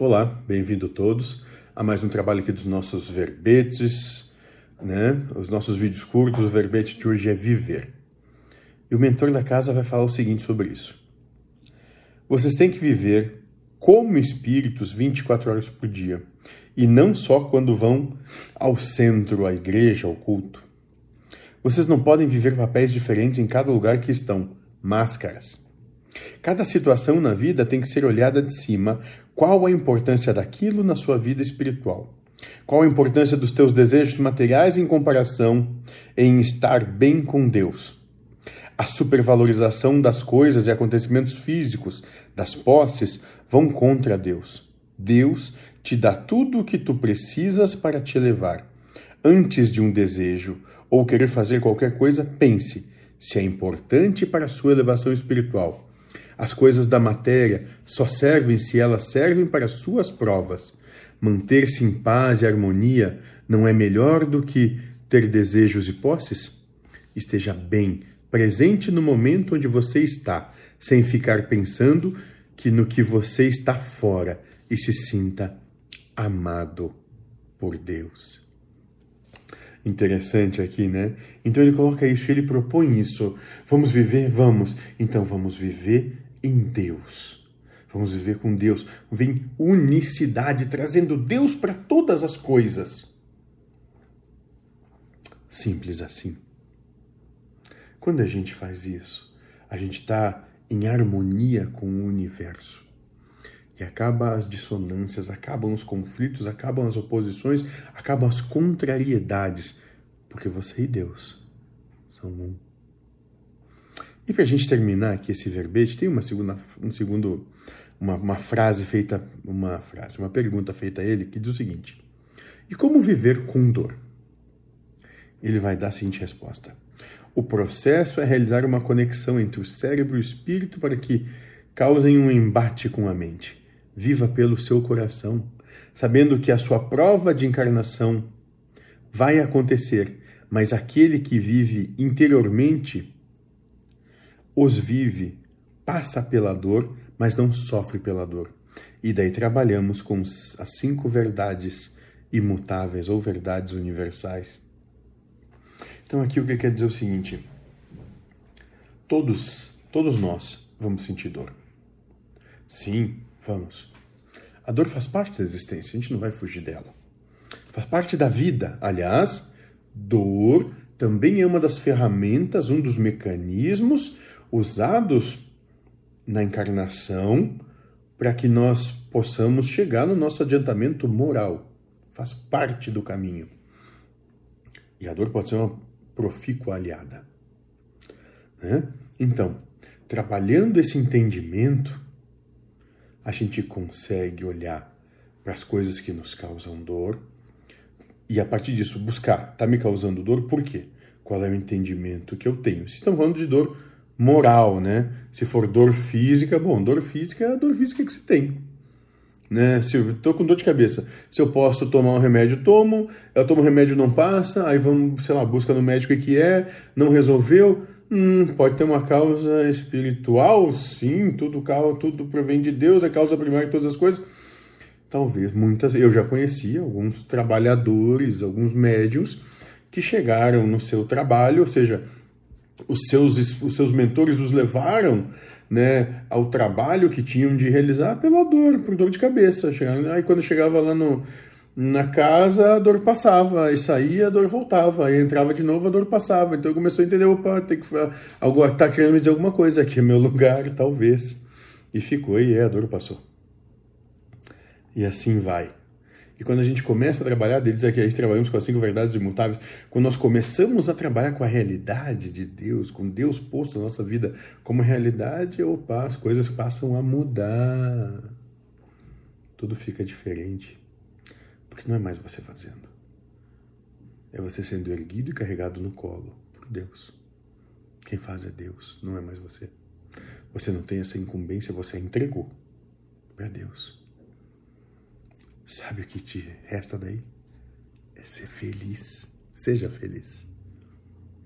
Olá, bem-vindo todos a mais um trabalho aqui dos nossos verbetes, né? Os nossos vídeos curtos. O verbete de hoje é viver. E o mentor da casa vai falar o seguinte sobre isso. Vocês têm que viver como espíritos 24 horas por dia, e não só quando vão ao centro, à igreja, ao culto. Vocês não podem viver papéis diferentes em cada lugar que estão, máscaras. Cada situação na vida tem que ser olhada de cima. Qual a importância daquilo na sua vida espiritual? Qual a importância dos teus desejos materiais em comparação em estar bem com Deus? A supervalorização das coisas e acontecimentos físicos, das posses, vão contra Deus. Deus te dá tudo o que tu precisas para te elevar. Antes de um desejo ou querer fazer qualquer coisa, pense se é importante para a sua elevação espiritual. As coisas da matéria só servem se elas servem para suas provas. Manter-se em paz e harmonia não é melhor do que ter desejos e posses? Esteja bem, presente no momento onde você está, sem ficar pensando no que você está fora, e se sinta amado por Deus. Interessante aqui, né? Então ele coloca isso, ele propõe isso. Vamos viver? Vamos. Então vamos viver em Deus. Vamos viver com Deus. Vem unicidade, trazendo Deus para todas as coisas. Simples assim. Quando a gente faz isso, a gente está em harmonia com o universo. E acabam as dissonâncias, acabam os conflitos, acabam as oposições, acabam as contrariedades, porque você e Deus são um. E para a gente terminar aqui esse verbete, tem uma pergunta feita a ele que diz o seguinte: e como viver com dor? Ele vai dar a seguinte resposta: o processo é realizar uma conexão entre o cérebro e o espírito para que causem um embate com a mente. Viva pelo seu coração, sabendo que a sua prova de encarnação vai acontecer, mas aquele que vive interiormente passa pela dor, mas não sofre pela dor. E daí trabalhamos com as 5 verdades imutáveis ou verdades universais. Então aqui o que ele quer dizer é o seguinte: todos nós vamos sentir dor. Sim, vamos. A dor faz parte da existência, a gente não vai fugir dela. Faz parte da vida. Aliás, dor também é uma das ferramentas, um dos mecanismos usados na encarnação para que nós possamos chegar no nosso adiantamento moral. Faz parte do caminho. E a dor pode ser uma profícua aliada. Né? Então, trabalhando esse entendimento, a gente consegue olhar para as coisas que nos causam dor e, a partir disso, buscar, está me causando dor, por quê? Qual é o entendimento que eu tenho? Se estamos falando de dor moral, né? Se for dor física, bom, dor física é a dor física que você tem. Né? Se eu estou com dor de cabeça, se eu posso tomar um remédio, tomo, eu tomo um remédio, não passa, aí vamos, busca no médico o que é, não resolveu, pode ter uma causa espiritual, sim, tudo provém de Deus, é causa primária de todas as coisas. Talvez, eu já conheci alguns trabalhadores, alguns médiuns que chegaram no seu trabalho, ou seja, os seus mentores os levaram, né, ao trabalho que tinham de realizar por dor de cabeça. Aí quando chegava lá na casa, a dor passava, aí saía, a dor voltava, aí entrava de novo, a dor passava. Então começou a entender, tá querendo me dizer alguma coisa, aqui é meu lugar, talvez. E ficou, a dor passou. E assim vai. E quando a gente começa a trabalhar, eles aqui trabalhamos com as 5 verdades imutáveis, quando nós começamos a trabalhar com a realidade de Deus, com Deus posto na nossa vida como realidade, as coisas passam a mudar. Tudo fica diferente. Porque não é mais você fazendo. É você sendo erguido e carregado no colo por Deus. Quem faz é Deus, não é mais você. Você não tem essa incumbência, você entregou para Deus. Sabe o que te resta daí? É ser feliz. Seja feliz.